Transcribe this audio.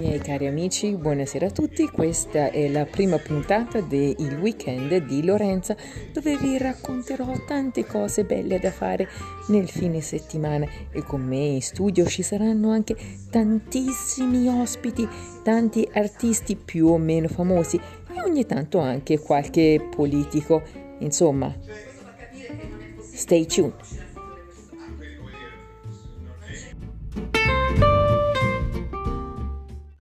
Miei cari amici, buonasera a tutti. Questa è la prima puntata del weekend di Lorenza, dove vi racconterò tante cose belle da fare nel fine settimana, e con me in studio ci saranno anche tantissimi ospiti, tanti artisti più o meno famosi e ogni tanto anche qualche politico. Insomma, stay tuned.